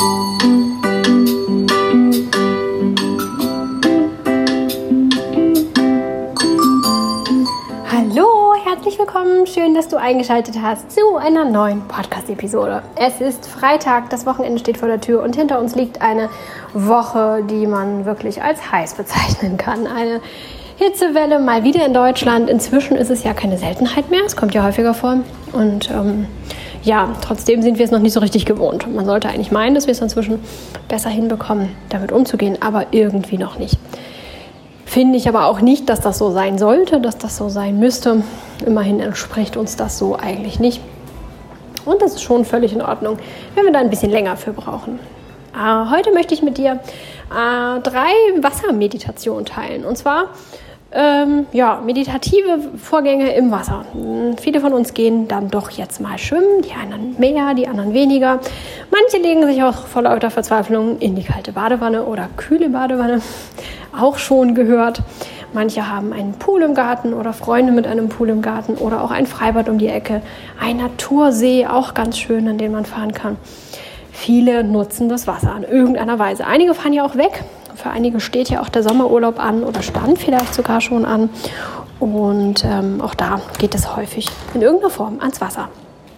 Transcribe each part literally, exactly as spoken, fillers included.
Herzlich willkommen, schön, dass du eingeschaltet hast zu einer neuen Podcast-Episode. Es ist Freitag, das Wochenende steht vor der Tür und hinter uns liegt eine Woche, die man wirklich als heiß bezeichnen kann. Eine Hitzewelle mal wieder in Deutschland. Inzwischen ist es ja keine Seltenheit mehr, es kommt ja häufiger vor und ähm, ja, trotzdem sind wir es noch nicht so richtig gewohnt. Man sollte eigentlich meinen, dass wir es inzwischen besser hinbekommen, damit umzugehen, aber irgendwie noch nicht. Finde ich aber auch nicht, dass das so sein sollte, dass das so sein müsste. Immerhin entspricht uns das so eigentlich nicht. Und das ist schon völlig in Ordnung, wenn wir da ein bisschen länger für brauchen. Äh, heute möchte ich mit dir äh, drei Wassermeditationen teilen. Und zwar ähm, ja, meditative Vorgänge im Wasser. Viele von uns gehen dann doch jetzt mal schwimmen, die einen mehr, die anderen weniger. Manche legen sich auch vor lauter Verzweiflung in die kalte Badewanne oder kühle Badewanne. Auch schon gehört. Manche haben einen Pool im Garten oder Freunde mit einem Pool im Garten oder auch ein Freibad um die Ecke. Ein Natursee, auch ganz schön, an den man fahren kann. Viele nutzen das Wasser in irgendeiner Weise. Einige fahren ja auch weg. Für einige steht ja auch der Sommerurlaub an oder stand vielleicht sogar schon an. Und ähm, auch da geht es häufig in irgendeiner Form ans Wasser.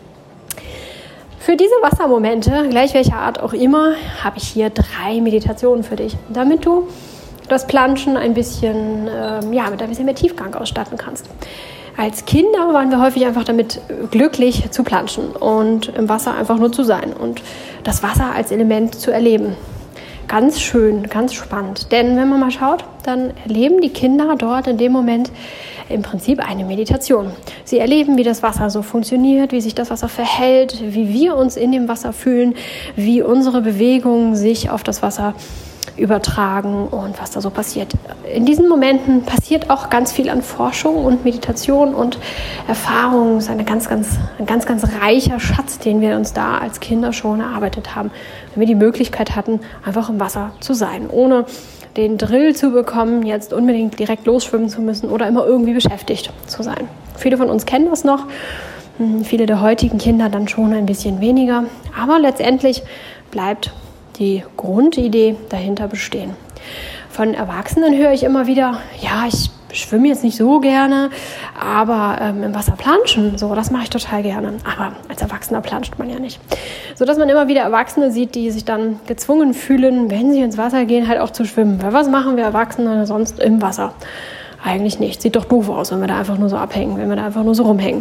Für diese Wassermomente, gleich welcher Art auch immer, habe ich hier drei Meditationen für dich, damit du das Planschen ein bisschen, äh, ja, mit ein bisschen mehr Tiefgang ausstatten kannst. Als Kinder waren wir häufig einfach damit glücklich zu planschen und im Wasser einfach nur zu sein und das Wasser als Element zu erleben. Ganz schön, ganz spannend. Denn wenn man mal schaut, dann erleben die Kinder dort in dem Moment im Prinzip eine Meditation. Sie erleben, wie das Wasser so funktioniert, wie sich das Wasser verhält, wie wir uns in dem Wasser fühlen, wie unsere Bewegungen sich auf das Wasser übertragen und was da so passiert. In diesen Momenten passiert auch ganz viel an Forschung und Meditation und Erfahrung. Es ist eine ganz, ganz, ein ganz, ganz reicher Schatz, den wir uns da als Kinder schon erarbeitet haben, wenn wir die Möglichkeit hatten, einfach im Wasser zu sein, ohne den Drill zu bekommen, jetzt unbedingt direkt losschwimmen zu müssen oder immer irgendwie beschäftigt zu sein. Viele von uns kennen das noch, viele der heutigen Kinder dann schon ein bisschen weniger, aber letztendlich bleibt die Grundidee dahinter bestehen. Von Erwachsenen höre ich immer wieder, ja, ich schwimme jetzt nicht so gerne, aber ähm, im Wasser planschen, so, das mache ich total gerne. Aber als Erwachsener planscht man ja nicht. So dass man immer wieder Erwachsene sieht, die sich dann gezwungen fühlen, wenn sie ins Wasser gehen, halt auch zu schwimmen. Weil was machen wir Erwachsene sonst im Wasser? Eigentlich nicht. Sieht doch doof aus, wenn wir da einfach nur so abhängen, wenn wir da einfach nur so rumhängen.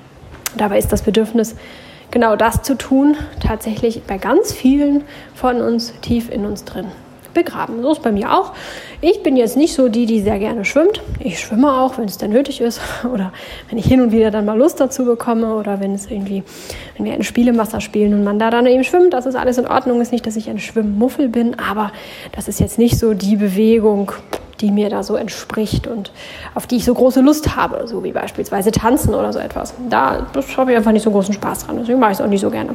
Dabei ist das Bedürfnis, genau das zu tun, tatsächlich bei ganz vielen von uns tief in uns drin begraben. So ist bei mir auch. Ich bin jetzt nicht so die, die sehr gerne schwimmt. Ich schwimme auch, wenn es dann nötig ist oder wenn ich hin und wieder dann mal Lust dazu bekomme oder wenn es irgendwie, wenn wir ein Spiel im Wasser spielen und man da dann eben schwimmt, das ist alles in Ordnung. Ist nicht, dass ich ein Schwimmmuffel bin, aber das ist jetzt nicht so die Bewegung, die mir da so entspricht und auf die ich so große Lust habe, so wie beispielsweise Tanzen oder so etwas. Da habe ich einfach nicht so großen Spaß dran, deswegen mache ich es auch nicht so gerne.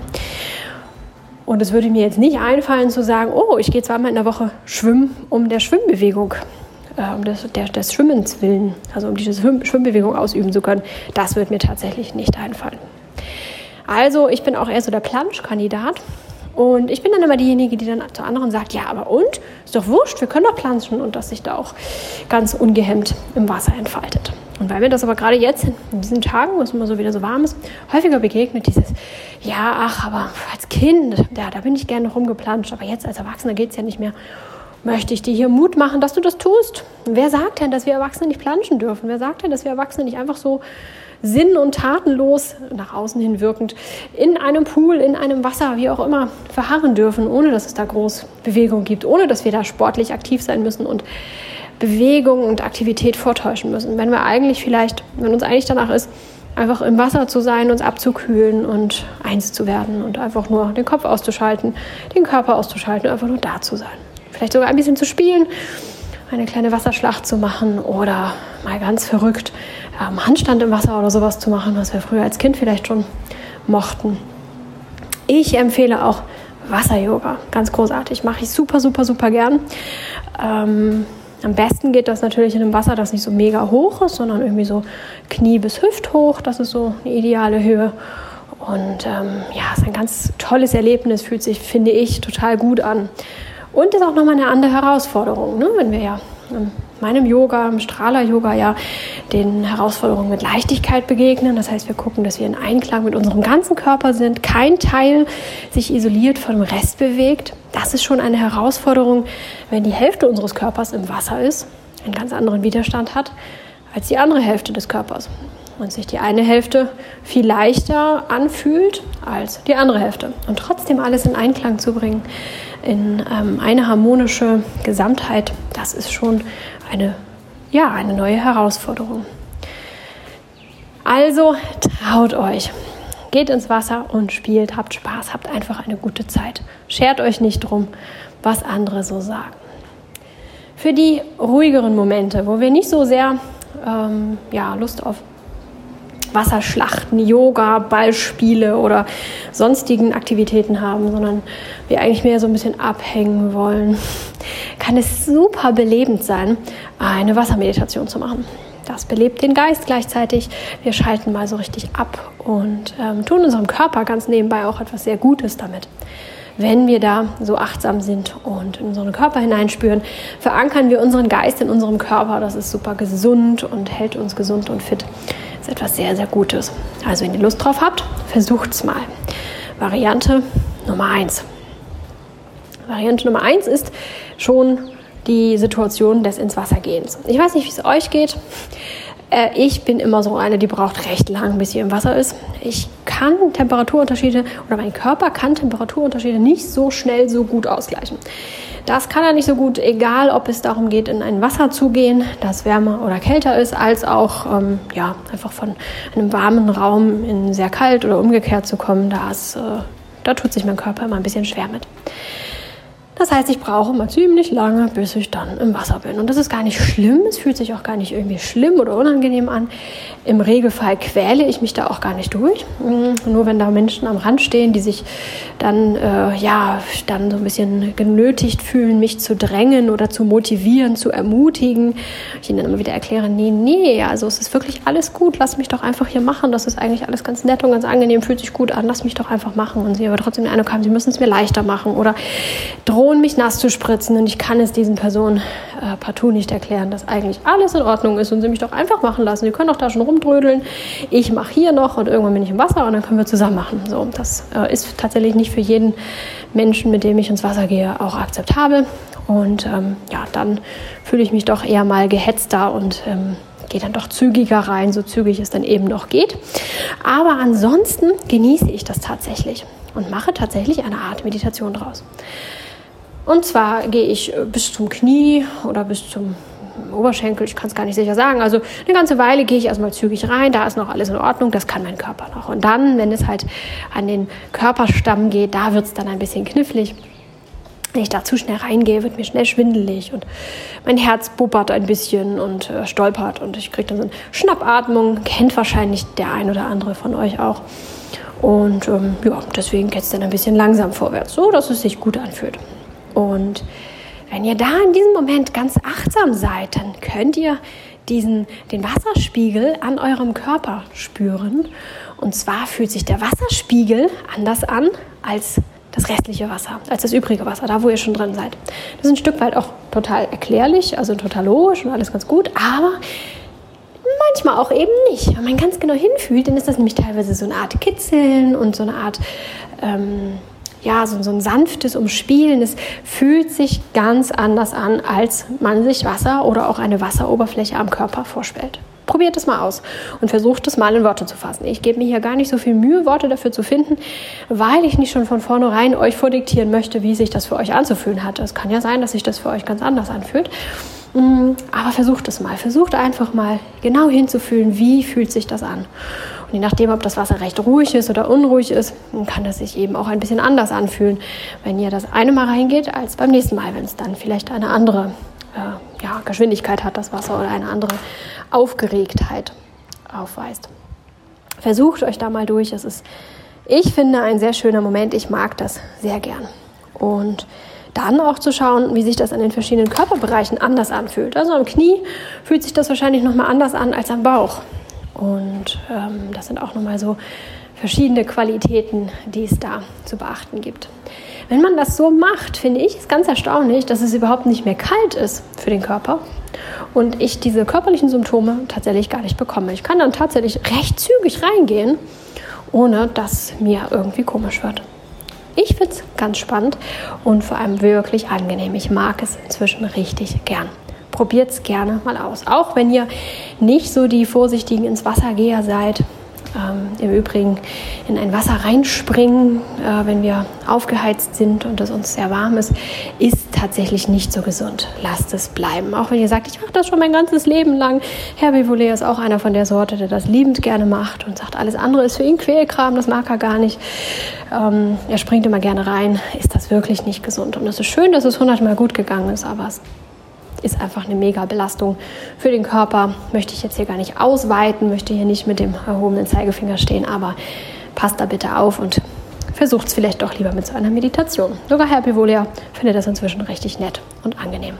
Und es würde mir jetzt nicht einfallen zu sagen, oh, ich gehe zweimal in der Woche schwimmen, um der Schwimmbewegung, äh, um des, der, des Schwimmens willen, also um diese Schwimmbewegung ausüben zu können. Das wird mir tatsächlich nicht einfallen. Also ich bin auch eher so der Planschkandidat. Und ich bin dann immer diejenige, die dann zu anderen sagt, ja, aber und? Ist doch wurscht, wir können doch planschen und das sich da auch ganz ungehemmt im Wasser entfaltet. Und weil mir das aber gerade jetzt in diesen Tagen, wo es immer so wieder so warm ist, häufiger begegnet, dieses, ja, ach, aber als Kind, ja, da bin ich gerne rumgeplanscht, aber jetzt als Erwachsener geht es ja nicht mehr. Möchte ich dir hier Mut machen, dass du das tust? Wer sagt denn, dass wir Erwachsene nicht planschen dürfen? Wer sagt denn, dass wir Erwachsene nicht einfach so sinn- und tatenlos, nach außen hin wirkend, in einem Pool, in einem Wasser, wie auch immer, verharren dürfen, ohne dass es da groß Bewegung gibt, ohne dass wir da sportlich aktiv sein müssen und Bewegung und Aktivität vortäuschen müssen. Wenn wir eigentlich vielleicht, wenn uns eigentlich danach ist, einfach im Wasser zu sein, uns abzukühlen und eins zu werden und einfach nur den Kopf auszuschalten, den Körper auszuschalten, einfach nur da zu sein. Vielleicht sogar ein bisschen zu spielen, eine kleine Wasserschlacht zu machen oder mal ganz verrückt ähm, Handstand im Wasser oder sowas zu machen, was wir früher als Kind vielleicht schon mochten. Ich empfehle auch Wasser-Yoga, ganz großartig, mache ich super, super, super gern. Ähm, am besten geht das natürlich in einem Wasser, das nicht so mega hoch ist, sondern irgendwie so Knie bis Hüft hoch, das ist so eine ideale Höhe. Und ähm, ja, es ist ein ganz tolles Erlebnis, fühlt sich, finde ich, total gut an. Und ist auch nochmal eine andere Herausforderung, ne? Wenn wir ja in meinem Yoga, im Strahler-Yoga ja den Herausforderungen mit Leichtigkeit begegnen. Das heißt, wir gucken, dass wir in Einklang mit unserem ganzen Körper sind, kein Teil sich isoliert von dem Rest bewegt. Das ist schon eine Herausforderung, wenn die Hälfte unseres Körpers im Wasser ist, einen ganz anderen Widerstand hat als die andere Hälfte des Körpers. Und sich die eine Hälfte viel leichter anfühlt als die andere Hälfte. Und trotzdem alles in Einklang zu bringen, in ähm, eine harmonische Gesamtheit, das ist schon eine, ja, eine neue Herausforderung. Also traut euch, geht ins Wasser und spielt, habt Spaß, habt einfach eine gute Zeit. Schert euch nicht drum, was andere so sagen. Für die ruhigeren Momente, wo wir nicht so sehr ähm, ja, Lust auf Wasserschlachten, Yoga, Ballspiele oder sonstigen Aktivitäten haben, sondern wir eigentlich mehr so ein bisschen abhängen wollen, kann es super belebend sein, eine Wassermeditation zu machen. Das belebt den Geist gleichzeitig. Wir schalten mal so richtig ab und ähm, tun unserem Körper ganz nebenbei auch etwas sehr Gutes damit. Wenn wir da so achtsam sind und in unseren Körper hineinspüren, verankern wir unseren Geist in unserem Körper. Das ist super gesund und hält uns gesund und fit. Das ist etwas sehr, sehr Gutes. Also wenn ihr Lust drauf habt, versucht's mal. Variante Nummer eins. Variante Nummer eins ist schon die Situation des ins Wasser gehens. Ich weiß nicht, wie es euch geht. Ich bin immer so eine, die braucht recht lang, bis sie im Wasser ist. Ich kann Temperaturunterschiede oder mein Körper kann Temperaturunterschiede nicht so schnell so gut ausgleichen. Das kann er nicht so gut, egal ob es darum geht, in ein Wasser zu gehen, das wärmer oder kälter ist, als auch ähm, ja, einfach von einem warmen Raum in sehr kalt oder umgekehrt zu kommen. Das, äh, da tut sich mein Körper immer ein bisschen schwer mit. Das heißt, ich brauche mal ziemlich lange, bis ich dann im Wasser bin. Und das ist gar nicht schlimm. Es fühlt sich auch gar nicht irgendwie schlimm oder unangenehm an. Im Regelfall quäle ich mich da auch gar nicht durch. Nur wenn da Menschen am Rand stehen, die sich dann, äh, ja, dann so ein bisschen genötigt fühlen, mich zu drängen oder zu motivieren, zu ermutigen. Ich ihnen dann immer wieder erkläre, nee, nee, also es ist wirklich alles gut. Lass mich doch einfach hier machen. Das ist eigentlich alles ganz nett und ganz angenehm, fühlt sich gut an. Lass mich doch einfach machen. Und sie aber trotzdem den Eindruck haben, sie müssen es mir leichter machen oder drohen, mich nass zu spritzen, und ich kann es diesen Personen äh, partout nicht erklären, dass eigentlich alles in Ordnung ist und sie mich doch einfach machen lassen. Sie können doch da schon rumdrödeln. Ich mache hier noch und irgendwann bin ich im Wasser und dann können wir zusammen machen. So, das äh, ist tatsächlich nicht für jeden Menschen, mit dem ich ins Wasser gehe, auch akzeptabel. Und ähm, ja, dann fühle ich mich doch eher mal gehetzter und ähm, gehe dann doch zügiger rein, so zügig es dann eben noch geht. Aber ansonsten genieße ich das tatsächlich und mache tatsächlich eine Art Meditation draus. Und zwar gehe ich bis zum Knie oder bis zum Oberschenkel, ich kann es gar nicht sicher sagen. Also eine ganze Weile gehe ich erstmal zügig rein, da ist noch alles in Ordnung, das kann mein Körper noch. Und dann, wenn es halt an den Körperstamm geht, da wird es dann ein bisschen knifflig. Wenn ich da zu schnell reingehe, wird mir schnell schwindelig und mein Herz bubbert ein bisschen und äh, stolpert und ich kriege dann so eine Schnappatmung, kennt wahrscheinlich der ein oder andere von euch auch. Und ähm, ja, deswegen geht es dann ein bisschen langsam vorwärts, so dass es sich gut anfühlt. Und wenn ihr da in diesem Moment ganz achtsam seid, dann könnt ihr diesen, den Wasserspiegel an eurem Körper spüren. Und zwar fühlt sich der Wasserspiegel anders an als das restliche Wasser, als das übrige Wasser, da wo ihr schon drin seid. Das ist ein Stück weit auch total erklärlich, also total logisch und alles ganz gut, aber manchmal auch eben nicht. Wenn man ganz genau hinfühlt, dann ist das nämlich teilweise so eine Art Kitzeln und so eine Art... Ähm, ja, so, so ein sanftes Umspielen. Es fühlt sich ganz anders an, als man sich Wasser oder auch eine Wasseroberfläche am Körper vorstellt. Probiert es mal aus und versucht es mal in Worte zu fassen. Ich gebe mir hier gar nicht so viel Mühe, Worte dafür zu finden, weil ich nicht schon von vornherein euch vordiktieren möchte, wie sich das für euch anzufühlen hat. Es kann ja sein, dass sich das für euch ganz anders anfühlt. Aber versucht es mal. Versucht einfach mal genau hinzufühlen, wie fühlt sich das an. Und je nachdem, ob das Wasser recht ruhig ist oder unruhig ist, kann das sich eben auch ein bisschen anders anfühlen, wenn ihr das eine Mal reingeht, als beim nächsten Mal, wenn es dann vielleicht eine andere äh, ja, Geschwindigkeit hat, das Wasser, oder eine andere Aufgeregtheit aufweist. Versucht euch da mal durch. Es ist, ich finde, ein sehr schöner Moment. Ich mag das sehr gern. Und dann auch zu schauen, wie sich das an den verschiedenen Körperbereichen anders anfühlt. Also am Knie fühlt sich das wahrscheinlich nochmal anders an als am Bauch. Und ähm, das sind auch nochmal so verschiedene Qualitäten, die es da zu beachten gibt. Wenn man das so macht, finde ich es ganz erstaunlich, dass es überhaupt nicht mehr kalt ist für den Körper und ich diese körperlichen Symptome tatsächlich gar nicht bekomme. Ich kann dann tatsächlich recht zügig reingehen, ohne dass mir irgendwie komisch wird. Ich finde es ganz spannend und vor allem wirklich angenehm. Ich mag es inzwischen richtig gern. Probiert es gerne mal aus. Auch wenn ihr nicht so die vorsichtigen ins Wassergeher seid. Ähm, Im Übrigen in ein Wasser reinspringen, äh, wenn wir aufgeheizt sind und es uns sehr warm ist, ist tatsächlich nicht so gesund. Lasst es bleiben. Auch wenn ihr sagt, ich mache das schon mein ganzes Leben lang. Herbie Volley ist auch einer von der Sorte, der das liebend gerne macht und sagt, alles andere ist für ihn Quälkram, das mag er gar nicht. Ähm, er springt immer gerne rein. Ist das wirklich nicht gesund? Und es ist schön, dass es hundertmal gut gegangen ist, aber es ist einfach eine mega Belastung für den Körper. Möchte ich jetzt hier gar nicht ausweiten, möchte hier nicht mit dem erhobenen Zeigefinger stehen, aber passt da bitte auf und versucht es vielleicht doch lieber mit so einer Meditation. Sogar Herbie Volley findet das inzwischen richtig nett und angenehm.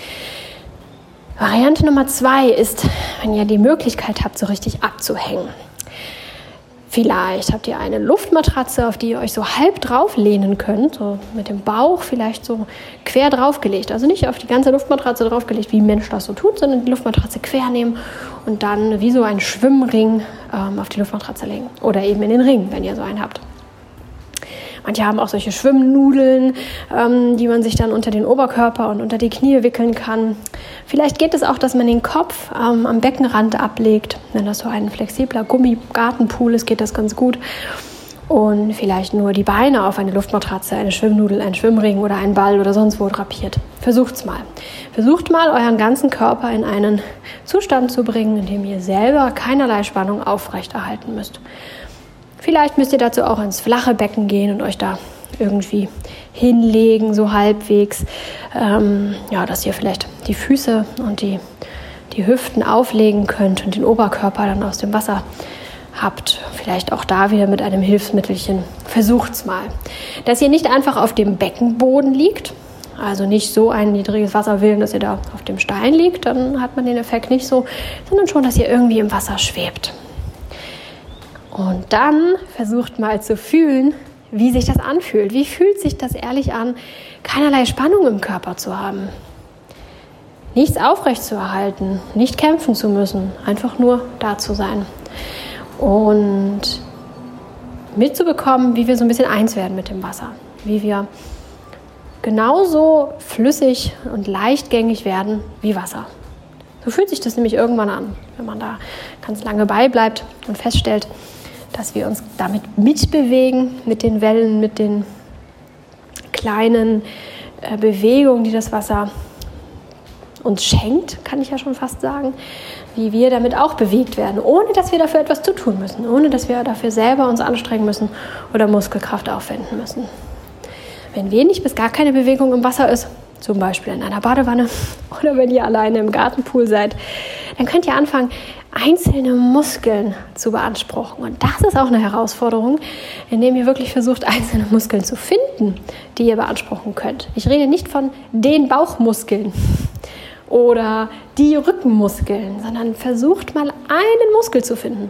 Variante Nummer zwei ist, wenn ihr die Möglichkeit habt, so richtig abzuhängen. Vielleicht habt ihr eine Luftmatratze, auf die ihr euch so halb drauflehnen könnt, so mit dem Bauch vielleicht so quer draufgelegt. Also nicht auf die ganze Luftmatratze draufgelegt, wie ein Mensch das so tut, sondern die Luftmatratze quer nehmen und dann wie so einen Schwimmring ähm, auf die Luftmatratze legen. Oder eben in den Ring, wenn ihr so einen habt. Manche haben auch solche Schwimmnudeln, ähm, die man sich dann unter den Oberkörper und unter die Knie wickeln kann. Vielleicht geht es auch, dass man den Kopf ähm, am Beckenrand ablegt. Wenn das so ein flexibler Gummigartenpool ist, geht das ganz gut. Und vielleicht nur die Beine auf eine Luftmatratze, eine Schwimmnudel, einen Schwimmring oder einen Ball oder sonst wo drapiert. Versucht's mal. Versucht mal, euren ganzen Körper in einen Zustand zu bringen, in dem ihr selber keinerlei Spannung aufrechterhalten müsst. Vielleicht müsst ihr dazu auch ins flache Becken gehen und euch da irgendwie hinlegen, so halbwegs, ähm, ja, dass ihr vielleicht die Füße und die, die Hüften auflegen könnt und den Oberkörper dann aus dem Wasser habt. Vielleicht auch da wieder mit einem Hilfsmittelchen. Versucht's mal. Dass ihr nicht einfach auf dem Beckenboden liegt, also nicht so ein niedriges Wasserwillen, dass ihr da auf dem Stein liegt, dann hat man den Effekt nicht so, sondern schon, dass ihr irgendwie im Wasser schwebt. Und dann versucht mal zu fühlen, wie sich das anfühlt. Wie fühlt sich das ehrlich an, keinerlei Spannung im Körper zu haben? Nichts aufrechtzuerhalten, nicht kämpfen zu müssen, einfach nur da zu sein. Und mitzubekommen, wie wir so ein bisschen eins werden mit dem Wasser. Wie wir genauso flüssig und leichtgängig werden wie Wasser. So fühlt sich das nämlich irgendwann an, wenn man da ganz lange beibleibt und feststellt, dass wir uns damit mitbewegen, mit den Wellen, mit den kleinen äh, Bewegungen, die das Wasser uns schenkt, kann ich ja schon fast sagen, wie wir damit auch bewegt werden, ohne dass wir dafür etwas zu tun müssen, ohne dass wir dafür selber uns anstrengen müssen oder Muskelkraft aufwenden müssen. Wenn wenig bis gar keine Bewegung im Wasser ist, zum Beispiel in einer Badewanne oder wenn ihr alleine im Gartenpool seid, dann könnt ihr anfangen, einzelne Muskeln zu beanspruchen. Und das ist auch eine Herausforderung, indem ihr wirklich versucht, einzelne Muskeln zu finden, die ihr beanspruchen könnt. Ich rede nicht von den Bauchmuskeln oder die Rückenmuskeln, sondern versucht mal einen Muskel zu finden.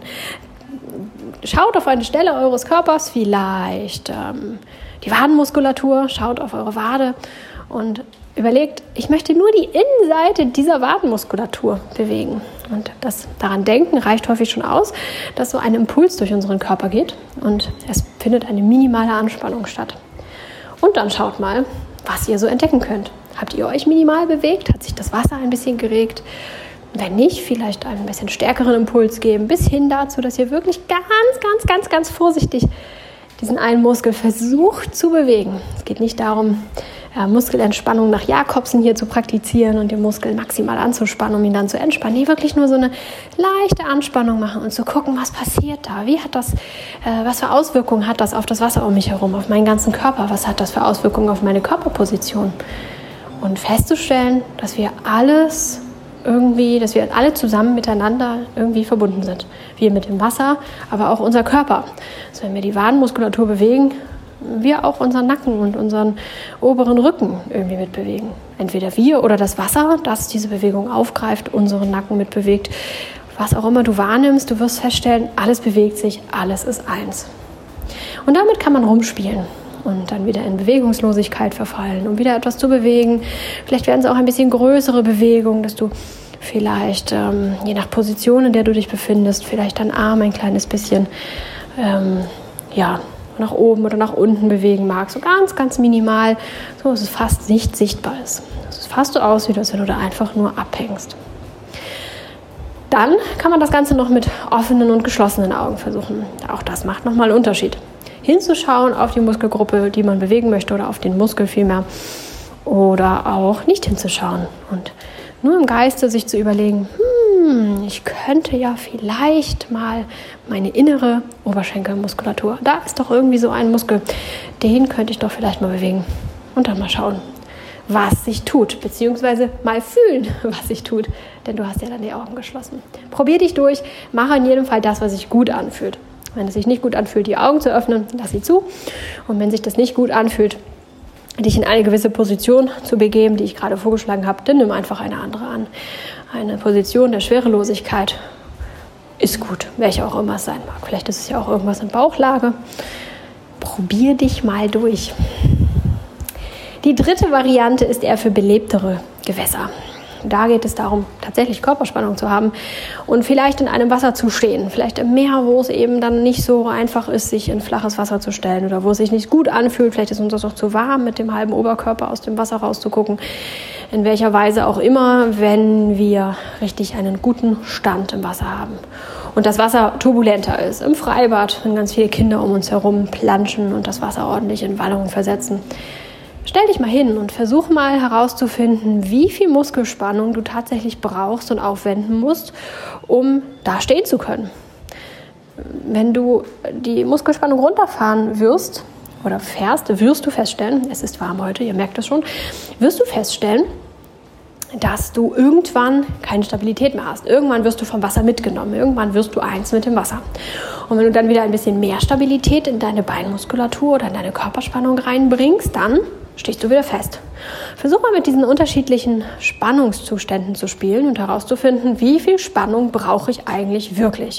Schaut auf eine Stelle eures Körpers, vielleicht ähm, die Wadenmuskulatur, schaut auf eure Wade und überlegt, ich möchte nur die Innenseite dieser Wadenmuskulatur bewegen. Und das daran denken reicht häufig schon aus, dass so ein Impuls durch unseren Körper geht und es findet eine minimale Anspannung statt. Und dann schaut mal, was ihr so entdecken könnt. Habt ihr euch minimal bewegt? Hat sich das Wasser ein bisschen geregt? Wenn nicht, vielleicht einen bisschen stärkeren Impuls geben, bis hin dazu, dass ihr wirklich ganz, ganz, ganz, ganz vorsichtig diesen einen Muskel versucht zu bewegen. Es geht nicht darum, äh, Muskelentspannung nach Jakobsen hier zu praktizieren und den Muskel maximal anzuspannen, um ihn dann zu entspannen. Nee, wirklich nur so eine leichte Anspannung machen und zu gucken, was passiert da? Wie hat das, äh, was für Auswirkungen hat das auf das Wasser um mich herum, auf meinen ganzen Körper? Was hat das für Auswirkungen auf meine Körperposition? Und festzustellen, dass wir alles irgendwie, dass wir alle zusammen miteinander irgendwie verbunden sind. Wir mit dem Wasser, aber auch unser Körper. Also wenn wir die Wadenmuskulatur bewegen, wir auch unseren Nacken und unseren oberen Rücken irgendwie mitbewegen. Entweder wir oder das Wasser, das diese Bewegung aufgreift, unseren Nacken mitbewegt. Was auch immer du wahrnimmst, du wirst feststellen, alles bewegt sich, alles ist eins. Und damit kann man rumspielen und dann wieder in Bewegungslosigkeit verfallen, um wieder etwas zu bewegen. Vielleicht werden es auch ein bisschen größere Bewegungen, dass du vielleicht, ähm, je nach Position, in der du dich befindest, vielleicht deinen Arm ein kleines bisschen ähm, ja, nach oben oder nach unten bewegen magst. So ganz, ganz minimal, so dass es fast nicht sichtbar ist. Dass es fast so aussieht, als wenn du da einfach nur abhängst. Dann kann man das Ganze noch mit offenen und geschlossenen Augen versuchen. Auch das macht nochmal einen Unterschied. Hinzuschauen auf die Muskelgruppe, die man bewegen möchte, oder auf den Muskel vielmehr. Oder auch nicht hinzuschauen und nur im Geiste sich zu überlegen, hm, ich könnte ja vielleicht mal meine innere Oberschenkelmuskulatur, da ist doch irgendwie so ein Muskel, den könnte ich doch vielleicht mal bewegen. Und dann mal schauen, was sich tut, beziehungsweise mal fühlen, was sich tut, denn du hast ja dann die Augen geschlossen. Probier dich durch, mache in jedem Fall das, was sich gut anfühlt. Wenn es sich nicht gut anfühlt, die Augen zu öffnen, lass sie zu. Und wenn sich das nicht gut anfühlt, dich in eine gewisse Position zu begeben, die ich gerade vorgeschlagen habe, dann nimm einfach eine andere an. Eine Position der Schwerelosigkeit ist gut, welche auch immer es sein mag. Vielleicht ist es ja auch irgendwas in Bauchlage. Probier dich mal durch. Die dritte Variante ist eher für belebtere Gewässer. Da geht es darum, tatsächlich Körperspannung zu haben und vielleicht in einem Wasser zu stehen. Vielleicht im Meer, wo es eben dann nicht so einfach ist, sich in flaches Wasser zu stellen oder wo es sich nicht gut anfühlt. Vielleicht ist uns das auch zu warm, mit dem halben Oberkörper aus dem Wasser rauszugucken. In welcher Weise auch immer, wenn wir richtig einen guten Stand im Wasser haben. Und das Wasser turbulenter ist. Im Freibad, wenn ganz viele Kinder um uns herum planschen und das Wasser ordentlich in Wallungen versetzen. Stell dich mal hin und versuch mal herauszufinden, wie viel Muskelspannung du tatsächlich brauchst und aufwenden musst, um da stehen zu können. Wenn du die Muskelspannung runterfahren wirst oder fährst, wirst du feststellen, es ist warm heute, ihr merkt es schon, wirst du feststellen, dass du irgendwann keine Stabilität mehr hast. Irgendwann wirst du vom Wasser mitgenommen. Irgendwann wirst du eins mit dem Wasser. Und wenn du dann wieder ein bisschen mehr Stabilität in deine Beinmuskulatur oder in deine Körperspannung reinbringst, dann stehst du wieder fest. Versuch mal mit diesen unterschiedlichen Spannungszuständen zu spielen und herauszufinden, wie viel Spannung brauche ich eigentlich wirklich.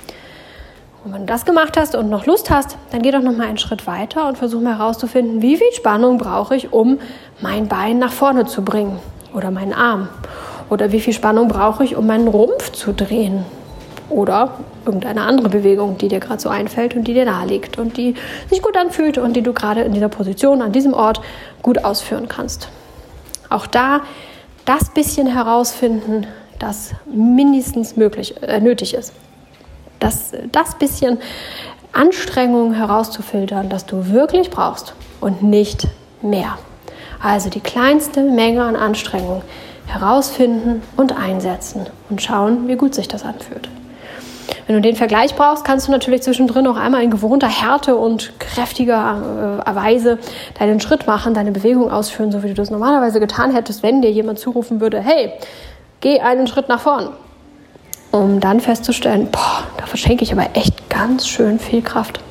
Und wenn du das gemacht hast und noch Lust hast, dann geh doch noch mal einen Schritt weiter und versuch mal herauszufinden, wie viel Spannung brauche ich, um mein Bein nach vorne zu bringen oder meinen Arm. Oder wie viel Spannung brauche ich, um meinen Rumpf zu drehen. Oder irgendeine andere Bewegung, die dir gerade so einfällt und die dir nahe liegt und die sich gut anfühlt und die du gerade in dieser Position, an diesem Ort gut ausführen kannst. Auch da das bisschen herausfinden, das mindestens möglich, äh, nötig ist. Das, das bisschen Anstrengung herauszufiltern, das du wirklich brauchst und nicht mehr. Also die kleinste Menge an Anstrengung herausfinden und einsetzen und schauen, wie gut sich das anfühlt. Wenn du den Vergleich brauchst, kannst du natürlich zwischendrin auch einmal in gewohnter Härte und kräftiger äh, Weise deinen Schritt machen, deine Bewegung ausführen, so wie du das normalerweise getan hättest, wenn dir jemand zurufen würde, hey, geh einen Schritt nach vorn. Um dann festzustellen, boah, da verschenke ich aber echt ganz schön viel Kraft.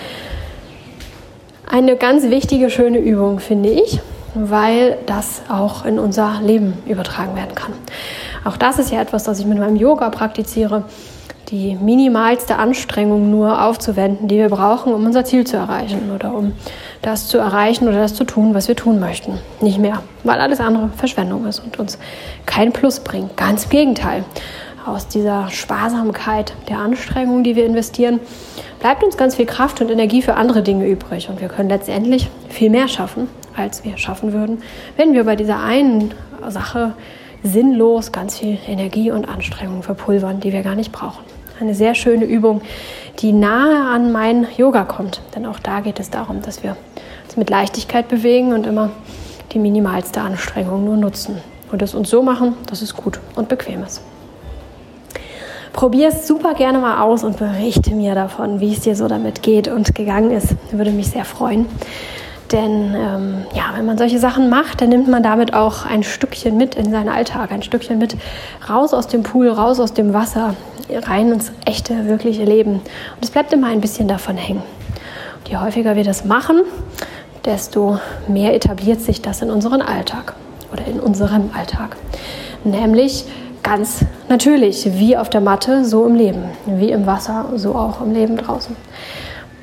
Eine ganz wichtige, schöne Übung, finde ich, weil das auch in unser Leben übertragen werden kann. Auch das ist ja etwas, das ich mit meinem Yoga praktiziere, die minimalste Anstrengung nur aufzuwenden, die wir brauchen, um unser Ziel zu erreichen oder um das zu erreichen oder das zu tun, was wir tun möchten. Nicht mehr, weil alles andere Verschwendung ist und uns kein Plus bringt. Ganz im Gegenteil. Aus dieser Sparsamkeit der Anstrengung, die wir investieren, bleibt uns ganz viel Kraft und Energie für andere Dinge übrig. Und wir können letztendlich viel mehr schaffen, als wir schaffen würden, wenn wir bei dieser einen Sache sinnlos ganz viel Energie und Anstrengung verpulvern, die wir gar nicht brauchen. Eine sehr schöne Übung, die nahe an mein Yoga kommt. Denn auch da geht es darum, dass wir uns mit Leichtigkeit bewegen und immer die minimalste Anstrengung nur nutzen. Und es uns so machen, dass es gut und bequem ist. Probier es super gerne mal aus und berichte mir davon, wie es dir so damit geht und gegangen ist. Würde mich sehr freuen. Denn ähm, ja, wenn man solche Sachen macht, dann nimmt man damit auch ein Stückchen mit in seinen Alltag, ein Stückchen mit raus aus dem Pool, raus aus dem Wasser, rein ins echte, wirkliche Leben. Und es bleibt immer ein bisschen davon hängen. Und je häufiger wir das machen, desto mehr etabliert sich das in unseren Alltag oder in unserem Alltag. Nämlich ganz natürlich, wie auf der Matte, so im Leben. Wie im Wasser, so auch im Leben draußen.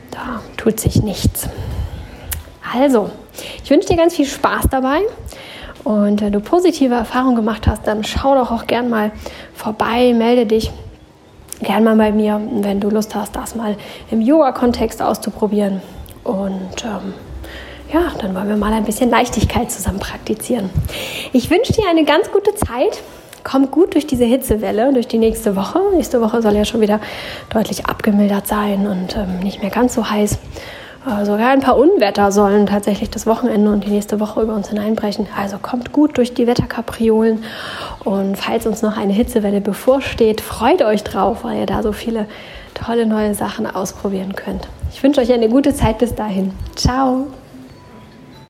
Da tut sich nichts. Also, ich wünsche dir ganz viel Spaß dabei. Und wenn du positive Erfahrungen gemacht hast, dann schau doch auch gern mal vorbei, melde dich gern mal bei mir, wenn du Lust hast, das mal im Yoga-Kontext auszuprobieren. Und ähm, ja, dann wollen wir mal ein bisschen Leichtigkeit zusammen praktizieren. Ich wünsche dir eine ganz gute Zeit. Komm gut durch diese Hitzewelle, durch die nächste Woche. Nächste Woche soll ja schon wieder deutlich abgemildert sein und ähm, nicht mehr ganz so heiß. Äh, sogar ein paar Unwetter sollen tatsächlich das Wochenende und die nächste Woche über uns hineinbrechen. Also kommt gut durch die Wetterkapriolen. Und falls uns noch eine Hitzewelle bevorsteht, freut euch drauf, weil ihr da so viele tolle neue Sachen ausprobieren könnt. Ich wünsche euch eine gute Zeit bis dahin. Ciao!